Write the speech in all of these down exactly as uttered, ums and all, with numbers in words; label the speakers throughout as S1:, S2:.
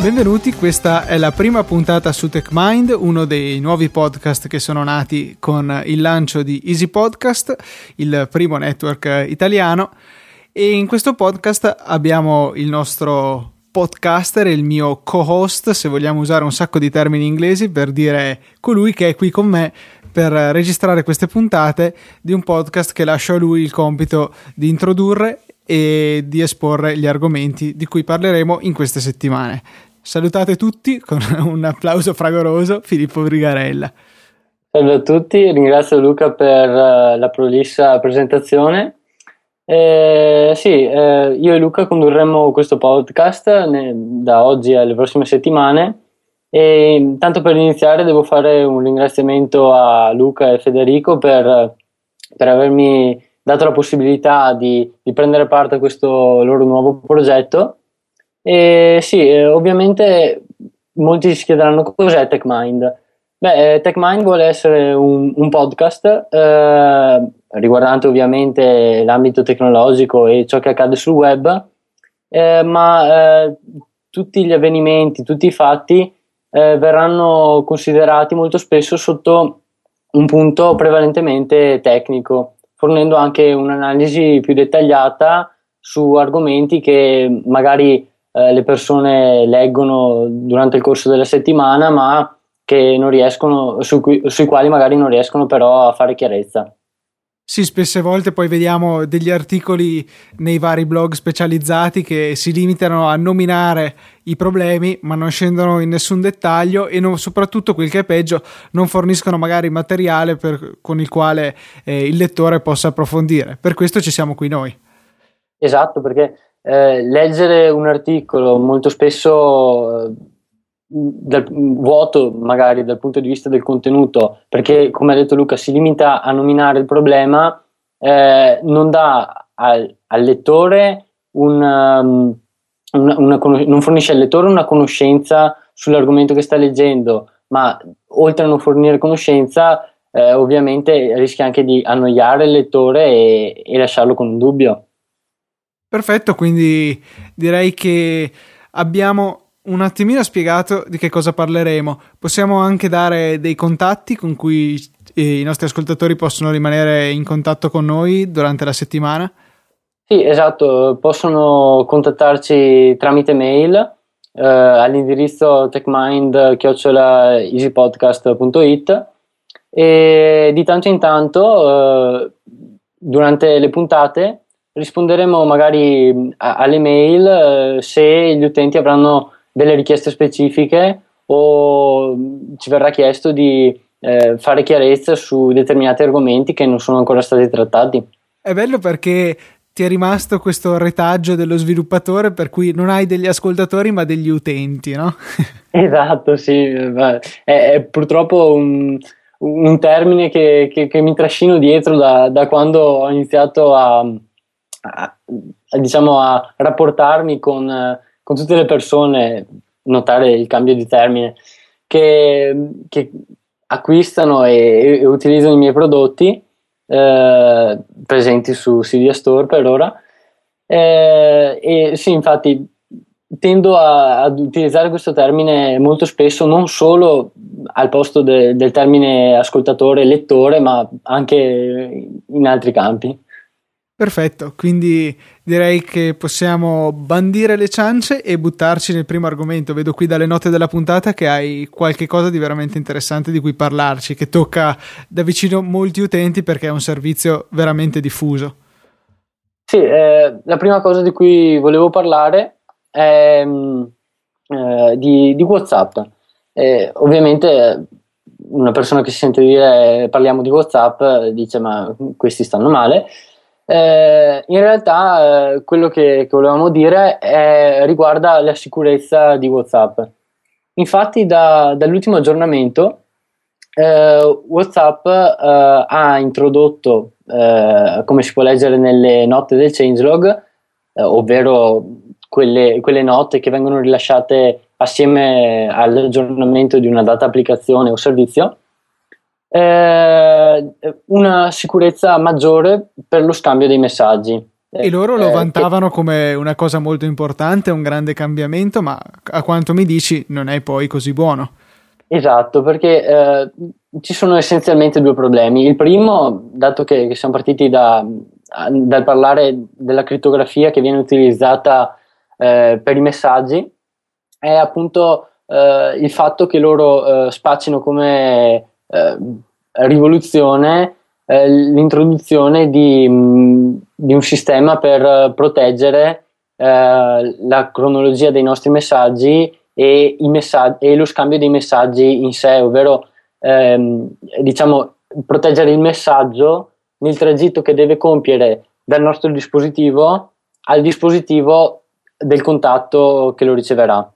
S1: Benvenuti, questa è la prima puntata su TechMind, uno dei nuovi podcast che sono nati con il lancio di Easy Podcast, il primo network italiano, e in questo podcast abbiamo il nostro podcaster, il mio co-host, se vogliamo usare un sacco di termini inglesi per dire colui che è qui con me per registrare queste puntate di un podcast che lascio a lui il compito di introdurre e di esporre gli argomenti di cui parleremo in queste settimane. Salutate tutti con un applauso fragoroso, Filippo Brigarella.
S2: Salve a tutti, ringrazio Luca per uh, la prolissa presentazione. Eh, sì, eh, io e Luca condurremo questo podcast ne, da oggi alle prossime settimane, e tanto per iniziare devo fare un ringraziamento a Luca e Federico per, per avermi dato la possibilità di, di prendere parte a questo loro nuovo progetto. E sì, eh, ovviamente molti si chiederanno cos'è TechMind. Beh, eh, TechMind vuole essere un, un podcast eh, riguardante ovviamente l'ambito tecnologico e ciò che accade sul web, eh, ma eh, tutti gli avvenimenti, tutti i fatti eh, verranno considerati molto spesso sotto un punto prevalentemente tecnico, fornendo anche un'analisi più dettagliata su argomenti che magari eh, le persone leggono durante il corso della settimana, ma che non riescono, su cui, sui quali magari non riescono però a fare chiarezza.
S1: Sì, spesse volte poi vediamo degli articoli nei vari blog specializzati che si limitano a nominare i problemi ma non scendono in nessun dettaglio e non, soprattutto quel che è peggio, non forniscono magari materiale per, con il quale eh, il lettore possa approfondire. Per questo ci siamo qui noi.
S2: Esatto, perché eh, leggere un articolo molto spesso eh, dal, vuoto magari dal punto di vista del contenuto, perché come ha detto Luca si limita a nominare il problema, eh, non dà al, al lettore un, um, una, una, non fornisce al lettore una conoscenza sull'argomento che sta leggendo, ma oltre a non fornire conoscenza eh, ovviamente rischia anche di annoiare il lettore e, e lasciarlo con un dubbio.
S1: Perfetto, quindi direi che abbiamo un attimino spiegato di che cosa parleremo. Possiamo anche dare dei contatti con cui i nostri ascoltatori possono rimanere in contatto con noi durante la settimana?
S2: Sì, esatto, possono contattarci tramite mail eh, all'indirizzo techmind chiocciola easypodcast punto it, e di tanto in tanto eh, durante le puntate risponderemo magari a- alle mail eh, se gli utenti avranno delle richieste specifiche o ci verrà chiesto di eh, fare chiarezza su determinati argomenti che non sono ancora stati trattati.
S1: È bello perché ti è rimasto questo retaggio dello sviluppatore per cui non hai degli ascoltatori ma degli utenti, no?
S2: Esatto, sì, è, è purtroppo un, un termine che, che, che mi trascino dietro da, da quando ho iniziato a, a, a, diciamo, a rapportarmi con, con tutte le persone, notare il cambio di termine, che, che acquistano e, e utilizzano i miei prodotti eh, presenti su Cydia Store per ora, eh, e sì, infatti tendo a, ad utilizzare questo termine molto spesso, non solo al posto de, del termine ascoltatore e lettore, ma anche in altri campi.
S1: Perfetto, quindi direi che possiamo bandire le ciance e buttarci nel primo argomento. Vedo qui dalle note della puntata che hai qualche cosa di veramente interessante di cui parlarci, che tocca da vicino molti utenti perché è un servizio veramente diffuso.
S2: Sì, eh, la prima cosa di cui volevo parlare è eh, di, di WhatsApp. Eh, ovviamente una persona che si sente dire parliamo di WhatsApp dice ma questi stanno male. Eh, in realtà eh, quello che, che volevamo dire è, riguarda la sicurezza di WhatsApp. Infatti da, dall'ultimo aggiornamento eh, WhatsApp eh, ha introdotto, eh, come si può leggere nelle note del changelog, eh, ovvero quelle, quelle note che vengono rilasciate assieme all'aggiornamento di una data applicazione o servizio, Eh, una sicurezza maggiore per lo scambio dei messaggi.
S1: E loro lo
S2: eh,
S1: vantavano che... come una cosa molto importante, un grande cambiamento, ma a quanto mi dici non è poi così buono.
S2: Esatto, perché eh, ci sono essenzialmente due problemi. Il primo, dato che, che siamo partiti da, dal parlare della crittografia che viene utilizzata eh, per i messaggi, è appunto eh, il fatto che loro eh, spaccino come eh, rivoluzione eh, l'introduzione di, mh, di un sistema per proteggere eh, la cronologia dei nostri messaggi e, i messaggi, e lo scambio dei messaggi in sé, ovvero ehm, diciamo proteggere il messaggio nel tragitto che deve compiere dal nostro dispositivo al dispositivo del contatto che lo riceverà.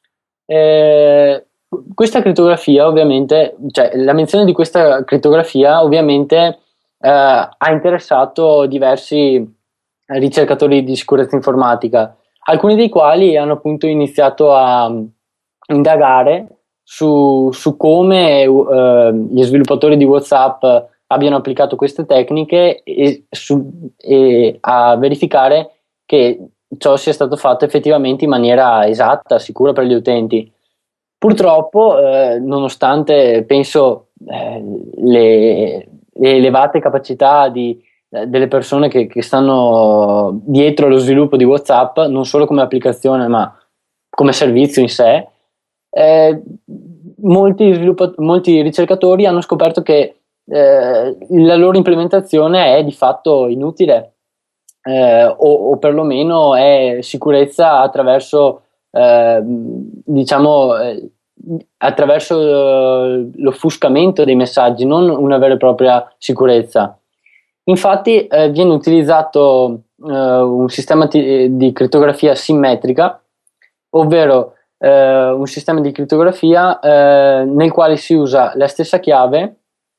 S2: Eh, questa crittografia ovviamente, cioè la menzione di questa crittografia ovviamente eh, ha interessato diversi ricercatori di sicurezza informatica, alcuni dei quali hanno appunto iniziato a indagare su, su come eh, gli sviluppatori di WhatsApp abbiano applicato queste tecniche e, su, e a verificare che ciò sia stato fatto effettivamente in maniera esatta, sicura per gli utenti. Purtroppo, eh, nonostante penso eh, le, le elevate capacità di delle persone che, che stanno dietro allo sviluppo di WhatsApp, non solo come applicazione ma come servizio in sé, eh, molti, sviluppa- molti ricercatori hanno scoperto che eh, la loro implementazione è di fatto inutile eh, o, o perlomeno è sicurezza attraverso eh, diciamo eh, attraverso eh, l'offuscamento dei messaggi, non una vera e propria sicurezza. Infatti eh, viene utilizzato eh, un sistema t- di crittografia simmetrica, ovvero eh, un sistema di crittografia eh, nel quale si usa la stessa chiave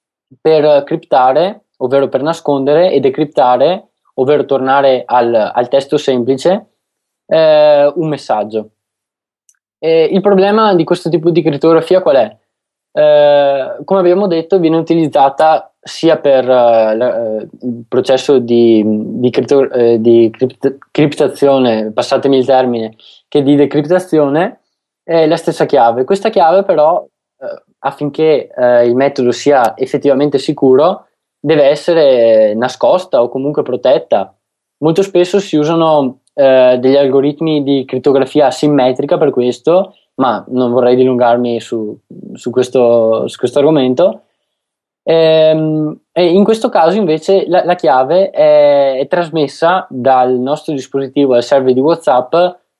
S2: per criptare, ovvero per nascondere e decriptare, ovvero tornare al, al testo semplice, eh, un messaggio. E il problema di questo tipo di crittografia qual è? Eh, come abbiamo detto, viene utilizzata sia per uh, la, uh, il processo di, di, cripto, eh, di cript- criptazione, passatemi il termine, che di decriptazione, è la stessa chiave. Questa chiave però, eh, affinché eh, il metodo sia effettivamente sicuro, deve essere nascosta o comunque protetta. Molto spesso si usano eh, degli algoritmi di crittografia asimmetrica per questo, ma non vorrei dilungarmi su, su, questo, su questo argomento. Ehm, e in questo caso invece la, la chiave è, è trasmessa dal nostro dispositivo al server di WhatsApp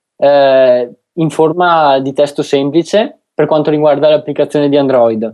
S2: eh, in forma di testo semplice per quanto riguarda l'applicazione di Android,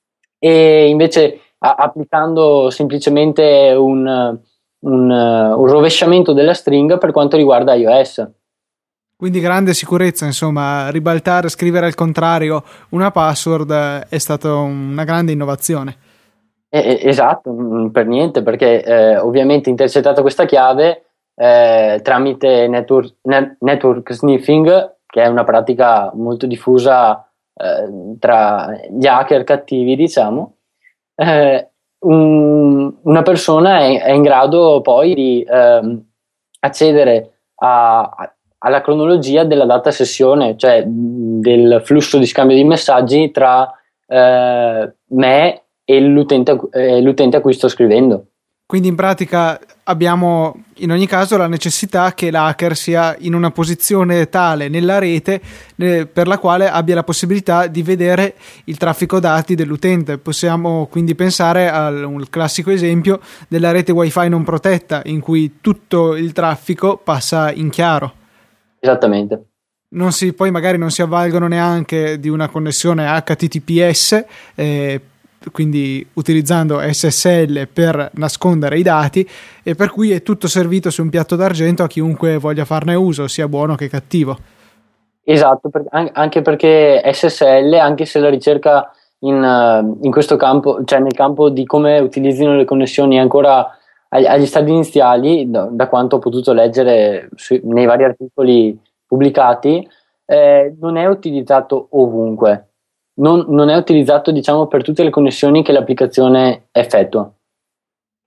S2: e invece a, applicando semplicemente un, un, un rovesciamento della stringa per quanto riguarda iOS.
S1: Quindi grande sicurezza, insomma, ribaltare, scrivere al contrario una password è stata una grande innovazione.
S2: Eh, esatto, per niente, perché eh, ovviamente intercettata questa chiave eh, tramite network, net, network sniffing, che è una pratica molto diffusa eh, tra gli hacker cattivi, diciamo, eh, un, una persona è, è in grado poi di eh, accedere a, a alla cronologia della data sessione, cioè del flusso di scambio di messaggi tra eh, me e l'utente, eh, l'utente a cui sto scrivendo.
S1: Quindi in pratica abbiamo in ogni caso la necessità che l'hacker sia in una posizione tale nella rete eh, per la quale abbia la possibilità di vedere il traffico dati dell'utente. Possiamo quindi pensare al classico esempio della rete wifi non protetta, in cui tutto il traffico passa in chiaro.
S2: Esattamente.
S1: Non si, poi magari non si avvalgono neanche di una connessione H T T P S, eh, quindi utilizzando S S L per nascondere i dati, e per cui è tutto servito su un piatto d'argento a chiunque voglia farne uso, sia buono che cattivo.
S2: Esatto, per, anche perché S S L, anche se la ricerca in, in questo campo, cioè nel campo di come utilizzino le connessioni è ancora agli stadi iniziali, da, da quanto ho potuto leggere su, nei vari articoli pubblicati, eh, non è utilizzato ovunque, non, non è utilizzato diciamo per tutte le connessioni che l'applicazione effettua.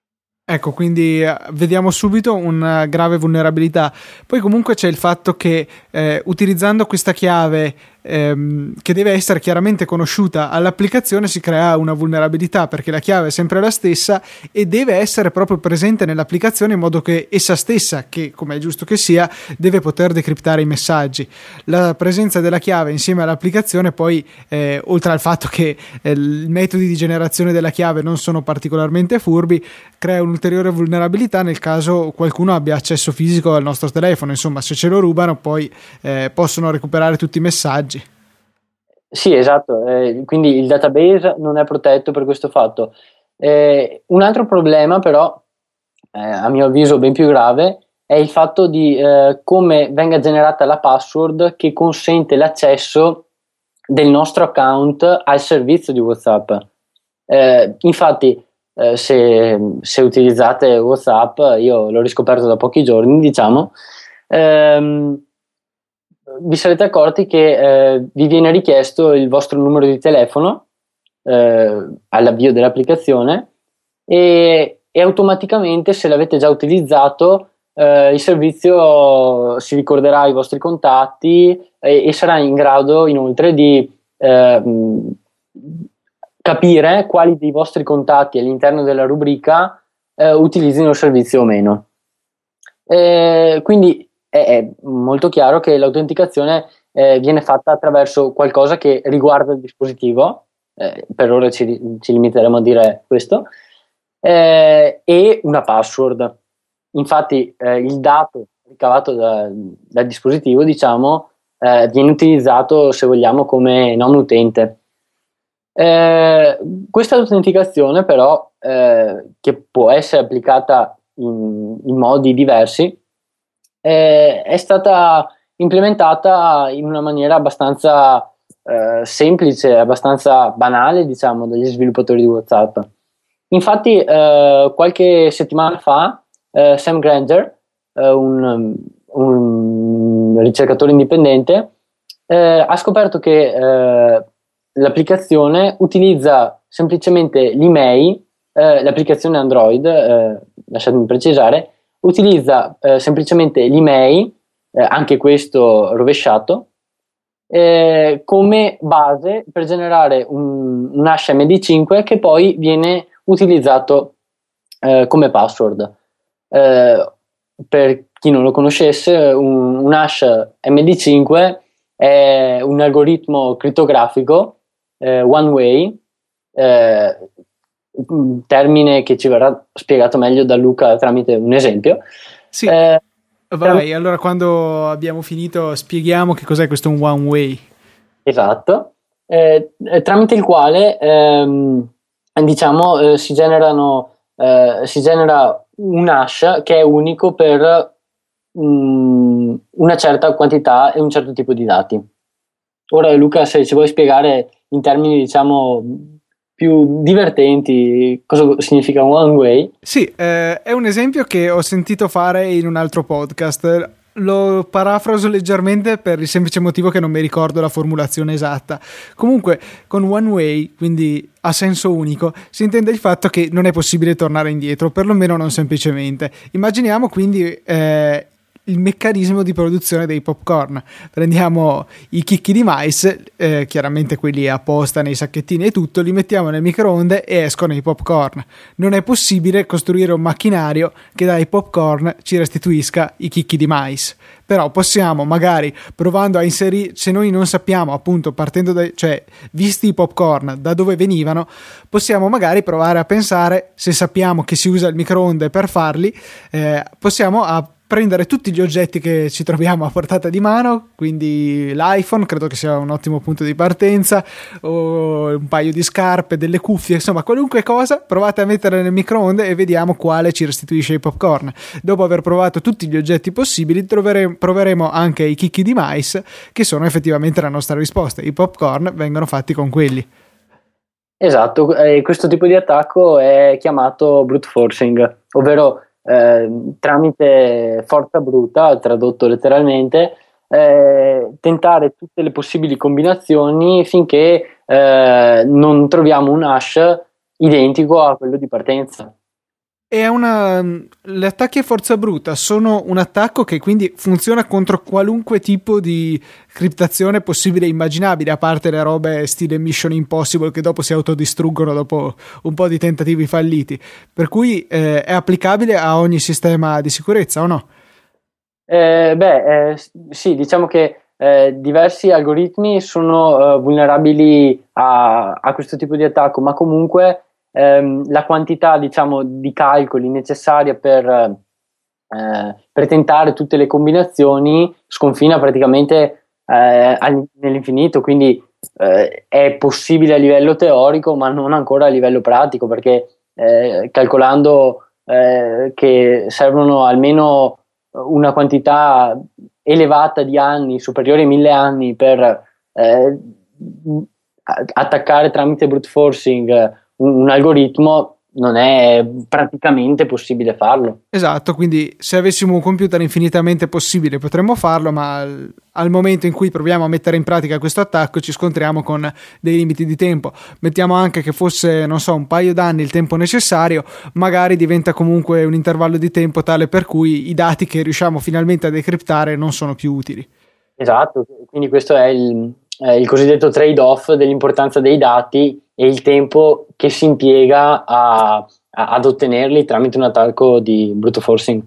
S1: Ecco, quindi eh, vediamo subito una grave vulnerabilità. Poi comunque c'è il fatto che eh, utilizzando questa chiave ehm, che deve essere chiaramente conosciuta all'applicazione si crea una vulnerabilità, perché la chiave è sempre la stessa e deve essere proprio presente nell'applicazione in modo che essa stessa, che come è giusto che sia, deve poter decriptare i messaggi. La presenza della chiave insieme all'applicazione poi, eh, oltre al fatto che eh, i metodi di generazione della chiave non sono particolarmente furbi, crea un'ulteriore vulnerabilità nel caso qualcuno abbia accesso fisico al nostro telefono. Insomma, se ce lo rubano poi eh, possono recuperare tutti i messaggi.
S2: Sì, esatto, eh, quindi il database non è protetto per questo fatto. Eh, un altro problema però, eh, a mio avviso ben più grave, è il fatto di eh, come venga generata la password che consente l'accesso del nostro account al servizio di WhatsApp. Eh, infatti, eh, se, se utilizzate WhatsApp, io l'ho riscoperto da pochi giorni, diciamo, ehm, vi sarete accorti che eh, vi viene richiesto il vostro numero di telefono eh, all'avvio dell'applicazione e, e automaticamente, se l'avete già utilizzato, eh, il servizio si ricorderà i vostri contatti e, e sarà in grado inoltre di eh, capire quali dei vostri contatti all'interno della rubrica eh, utilizzino il servizio o meno. Eh, quindi è, è molto chiaro che l'autenticazione eh, viene fatta attraverso qualcosa che riguarda il dispositivo, eh, per ora ci, ci limiteremo a dire questo, eh, e una password. Infatti eh, il dato ricavato da, dal dispositivo, diciamo, eh, viene utilizzato, se vogliamo, come nome utente. Eh, questa autenticazione però, eh, che può essere applicata in, in modi diversi, eh, è stata implementata in una maniera abbastanza eh, semplice, abbastanza banale, diciamo, dagli sviluppatori di WhatsApp. Infatti eh, qualche settimana fa eh, Sam Granger, eh, un, un ricercatore indipendente, eh, ha scoperto che eh, l'applicazione utilizza semplicemente l'email, eh, l'applicazione Android, eh, lasciatemi precisare, utilizza eh, semplicemente l'email, eh, anche questo rovesciato, eh, come base per generare un, un hash M D cinque che poi viene utilizzato eh, come password. Eh, per chi non lo conoscesse, un, un hash M D cinque è un algoritmo crittografico eh, one way, eh, un termine che ci verrà spiegato meglio da Luca tramite un esempio.
S1: Sì,
S2: eh,
S1: vai, allora quando abbiamo finito spieghiamo che cos'è questo un one way.
S2: Esatto, eh, tramite il quale ehm, diciamo eh, si generano eh, si genera un hash che è unico per um, una certa quantità e un certo tipo di dati. Ora Luca, se ci vuoi spiegare in termini diciamo più divertenti cosa significa one way.
S1: Sì, eh, è un esempio che ho sentito fare in un altro podcast. Lo parafraso leggermente per il semplice motivo che non mi ricordo la formulazione esatta. Comunque, con one way, quindi a senso unico, si intende il fatto che non è possibile tornare indietro, perlomeno non semplicemente. Immaginiamo quindi eh, il meccanismo di produzione dei popcorn. Prendiamo i chicchi di mais, eh, chiaramente quelli apposta nei sacchettini e tutto, li mettiamo nel microonde e escono i popcorn. Non è possibile costruire un macchinario che dai popcorn ci restituisca i chicchi di mais. Però possiamo magari, provando a inserire, se noi non sappiamo appunto partendo da, cioè visti i popcorn da dove venivano, possiamo magari provare a pensare, se sappiamo che si usa il microonde per farli, eh, possiamo a prendere tutti gli oggetti che ci troviamo a portata di mano, quindi l'iPhone credo che sia un ottimo punto di partenza, o un paio di scarpe, delle cuffie, insomma qualunque cosa, provate a mettere nel microonde e vediamo quale ci restituisce i popcorn. Dopo aver provato tutti gli oggetti possibili trovere, proveremo anche i chicchi di mais, che sono effettivamente la nostra risposta. I popcorn vengono fatti con quelli.
S2: Esatto, e questo tipo di attacco è chiamato brute forcing, ovvero Eh, tramite forza bruta, tradotto letteralmente, eh, tentare tutte le possibili combinazioni finché eh, non troviamo un hash identico a quello di partenza.
S1: È una. Gli attacchi a forza bruta sono un attacco che quindi funziona contro qualunque tipo di criptazione possibile e immaginabile, a parte le robe stile Mission Impossible che dopo si autodistruggono dopo un po' di tentativi falliti. Per cui eh, è applicabile a ogni sistema di sicurezza, o no?
S2: Eh, beh, eh, sì, diciamo che eh, diversi algoritmi sono eh, vulnerabili a, a questo tipo di attacco, ma comunque ehm, la quantità, diciamo, di calcoli necessaria per, eh, per tentare tutte le combinazioni sconfina praticamente eh, nell'infinito, quindi eh, è possibile a livello teorico, ma non ancora a livello pratico, perché eh, calcolando eh, che servono almeno una quantità elevata di anni, superiore ai mille anni, per eh, attaccare tramite brute forcing un, un algoritmo, non è praticamente possibile farlo.
S1: Esatto, quindi se avessimo un computer infinitamente possibile potremmo farlo, ma al, al momento in cui proviamo a mettere in pratica questo attacco ci scontriamo con dei limiti di tempo. Mettiamo anche che fosse, non so, un paio d'anni il tempo necessario, magari diventa comunque un intervallo di tempo tale per cui i dati che riusciamo finalmente a decriptare non sono più utili.
S2: Esatto, quindi questo è il, è il cosiddetto trade-off dell'importanza dei dati e il tempo che si impiega a, a, ad ottenerli tramite un attacco di brute forcing.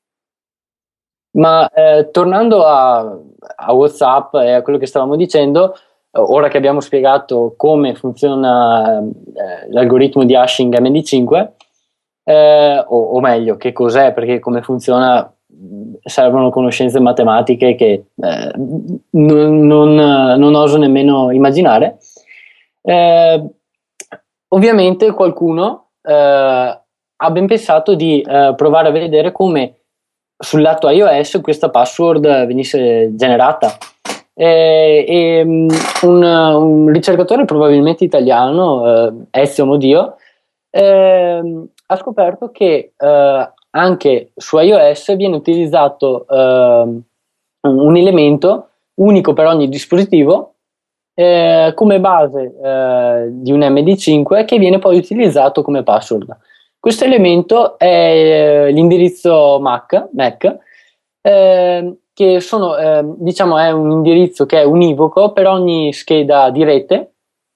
S2: Ma eh, tornando a, a WhatsApp e a quello che stavamo dicendo, ora che abbiamo spiegato come funziona eh, l'algoritmo di hashing M D cinque, eh, o, o meglio, che cos'è, perché come funziona servono conoscenze matematiche che eh, non, non, non oso nemmeno immaginare. Eh, ovviamente qualcuno eh, ha ben pensato di eh, provare a vedere come sul lato iOS questa password venisse generata. E, e un, un ricercatore probabilmente italiano, eh, Ezio Modio, eh, ha scoperto che eh, anche su iOS viene utilizzato eh, un elemento unico per ogni dispositivo eh, come base eh, di un M D cinque che viene poi utilizzato come password. Questo elemento è eh, l'indirizzo Mac, Mac eh, che sono, eh, diciamo, è un indirizzo che è univoco per ogni scheda di rete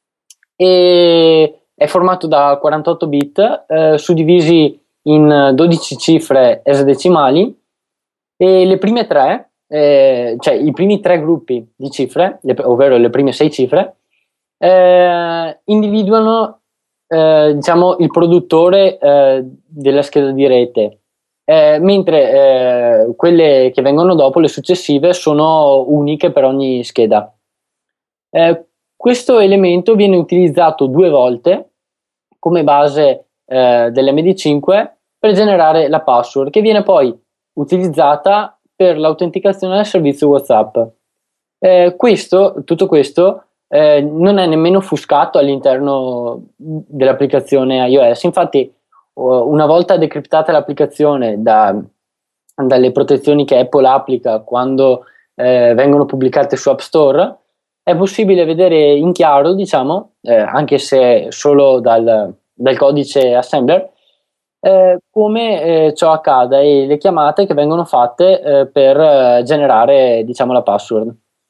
S2: e è formato da quarantotto bit eh, suddivisi in dodici cifre esadecimali e le prime tre, eh, cioè i primi tre gruppi di cifre, le, ovvero le prime sei cifre, eh, individuano eh, diciamo il produttore eh, della scheda di rete, eh, mentre eh, quelle che vengono dopo, le successive, sono uniche per ogni scheda. Eh, questo elemento viene utilizzato due volte come base eh, dell'M D cinque per generare la password, che viene poi utilizzata per l'autenticazione del servizio WhatsApp. Eh, questo, tutto questo eh, non è nemmeno offuscato all'interno dell'applicazione iOS. Infatti, una volta decriptata l'applicazione da, dalle protezioni che Apple applica quando eh, vengono pubblicate su App Store, è possibile vedere in chiaro, diciamo, eh, anche se solo dal, dal codice assembler, eh, come eh, ciò accada e le chiamate che vengono fatte eh, per eh, generare, diciamo, la password.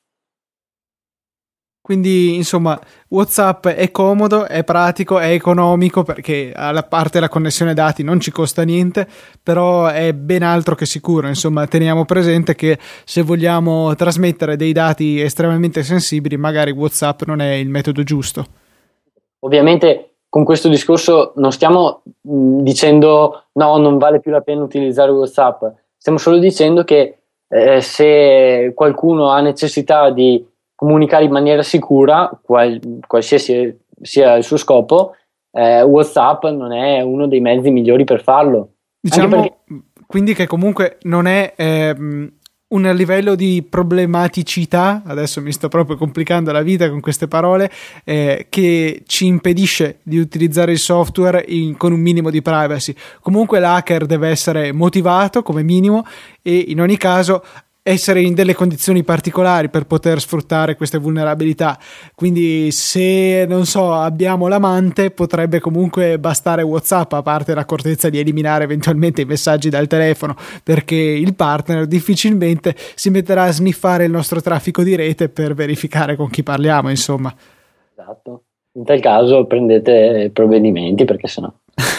S1: Quindi, insomma, WhatsApp è comodo, è pratico, è economico, perché a parte la connessione dati non ci costa niente, però è ben altro che sicuro. Insomma, teniamo presente che se vogliamo trasmettere dei dati estremamente sensibili, magari WhatsApp non è il metodo giusto.
S2: Ovviamente con questo discorso non stiamo mh, dicendo no, non vale più la pena utilizzare WhatsApp. Stiamo solo dicendo che eh, se qualcuno ha necessità di comunicare in maniera sicura, qual, qualsiasi sia il suo scopo, eh, WhatsApp non è uno dei mezzi migliori per farlo.
S1: Diciamo
S2: perché...
S1: quindi che comunque non è ehm, un livello di problematicità, adesso mi sto proprio complicando la vita con queste parole, eh, che ci impedisce di utilizzare il software in, con un minimo di privacy. Comunque l'hacker deve essere motivato come minimo e in ogni caso essere in delle condizioni particolari per poter sfruttare queste vulnerabilità. Quindi se non so abbiamo l'amante, potrebbe comunque bastare WhatsApp, a parte l'accortezza di eliminare eventualmente i messaggi dal telefono, perché il partner difficilmente si metterà a sniffare il nostro traffico di rete per verificare con chi parliamo, insomma.
S2: Esatto, in tal caso prendete provvedimenti, perché sennò.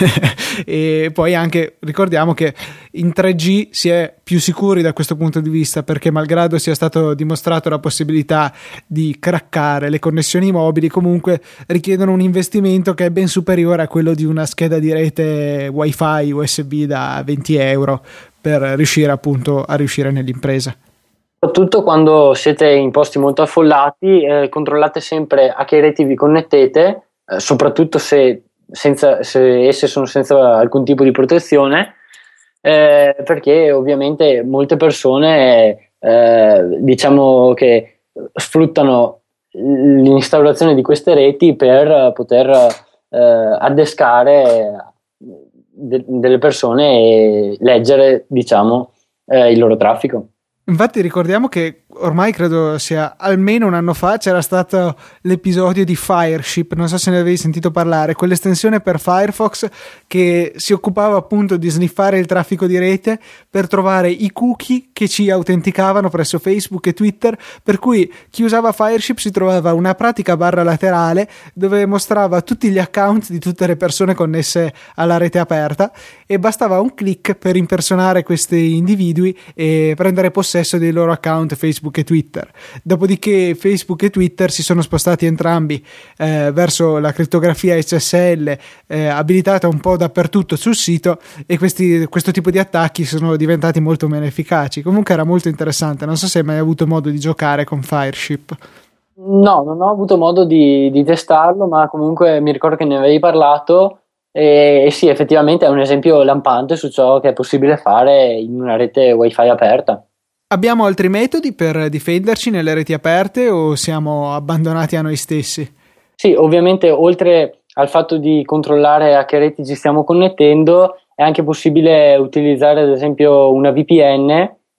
S1: E poi anche ricordiamo che in tre G si è più sicuri da questo punto di vista, perché malgrado sia stato dimostrato la possibilità di craccare le connessioni mobili, comunque richiedono un investimento che è ben superiore a quello di una scheda di rete wifi U S B da venti euro per riuscire appunto a riuscire nell'impresa.
S2: Soprattutto quando siete in posti molto affollati, eh, controllate sempre a che reti vi connettete, eh, soprattutto se Senza, se esse sono senza alcun tipo di protezione, eh, perché ovviamente molte persone eh, diciamo che sfruttano l'installazione di queste reti per poter eh, addescare de- delle persone e leggere diciamo eh, il loro traffico.
S1: Infatti ricordiamo che ormai credo sia almeno un anno fa c'era stato l'episodio di Fireship, non so se ne avevi sentito parlare, quell'estensione per Firefox che si occupava appunto di sniffare il traffico di rete per trovare i cookie che ci autenticavano presso Facebook e Twitter, per cui chi usava Fireship si trovava una pratica barra laterale dove mostrava tutti gli account di tutte le persone connesse alla rete aperta e bastava un click per impersonare questi individui e prendere possesso dei loro account Facebook e Twitter. Dopodiché Facebook e Twitter si sono spostati entrambi eh, verso la crittografia S S L eh, abilitata un po' dappertutto sul sito, e questi, questo tipo di attacchi sono diventati molto meno efficaci. Comunque era molto interessante, non so se hai mai avuto modo di giocare con Fireship.
S2: No, non ho avuto modo di, di testarlo, ma comunque mi ricordo che ne avevi parlato e, e sì, effettivamente è un esempio lampante su ciò che è possibile fare in una rete wifi aperta.
S1: Abbiamo altri metodi per difenderci nelle reti aperte o siamo abbandonati a noi stessi?
S2: Sì, ovviamente oltre al fatto di controllare a che reti ci stiamo connettendo, è anche possibile utilizzare ad esempio una V P N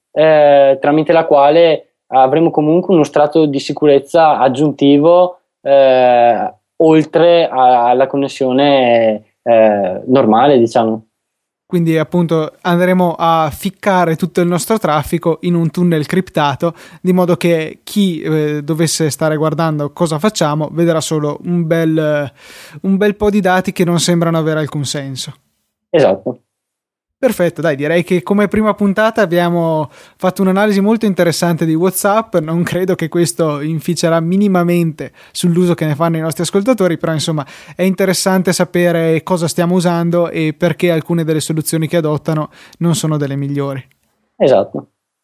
S2: eh, tramite la quale avremo comunque uno strato di sicurezza aggiuntivo eh, oltre a, alla connessione eh, normale, diciamo.
S1: Quindi appunto andremo a ficcare tutto il nostro traffico in un tunnel criptato, di modo che chi eh, dovesse stare guardando cosa facciamo vedrà solo un bel, un bel po' di dati che non sembrano avere alcun senso.
S2: Esatto.
S1: Perfetto, dai, direi che come prima puntata abbiamo fatto un'analisi molto interessante di WhatsApp. Non credo che questo inficerà minimamente sull'uso che ne fanno i nostri ascoltatori, però insomma è interessante sapere cosa stiamo usando e perché alcune delle soluzioni che adottano non sono delle migliori.
S2: Esatto.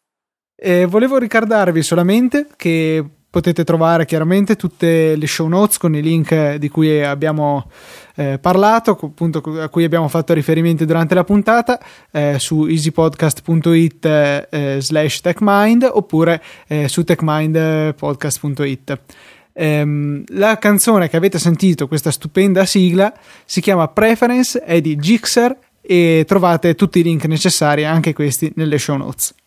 S1: E volevo ricordarvi solamente che potete trovare chiaramente tutte le show notes con i link di cui abbiamo eh, parlato, appunto a cui abbiamo fatto riferimento durante la puntata, eh, su easypodcast punto it eh, slash techmind oppure eh, su techmindpodcast punto it. Um, la canzone che avete sentito, questa stupenda sigla, si chiama Preference, è di Gixxer e trovate tutti i link necessari, anche questi, nelle show notes.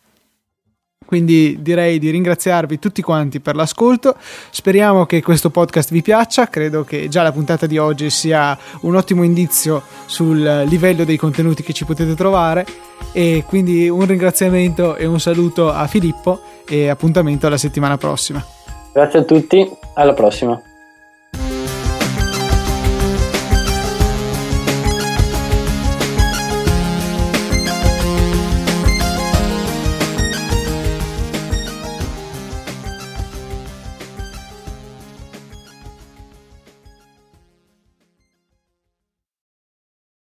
S1: Quindi direi di ringraziarvi tutti quanti per l'ascolto. Speriamo che questo podcast vi piaccia. Credo che già la puntata di oggi sia un ottimo indizio sul livello dei contenuti che ci potete trovare, e quindi un ringraziamento e un saluto a Filippo e appuntamento alla settimana prossima.
S2: Grazie a tutti, alla prossima.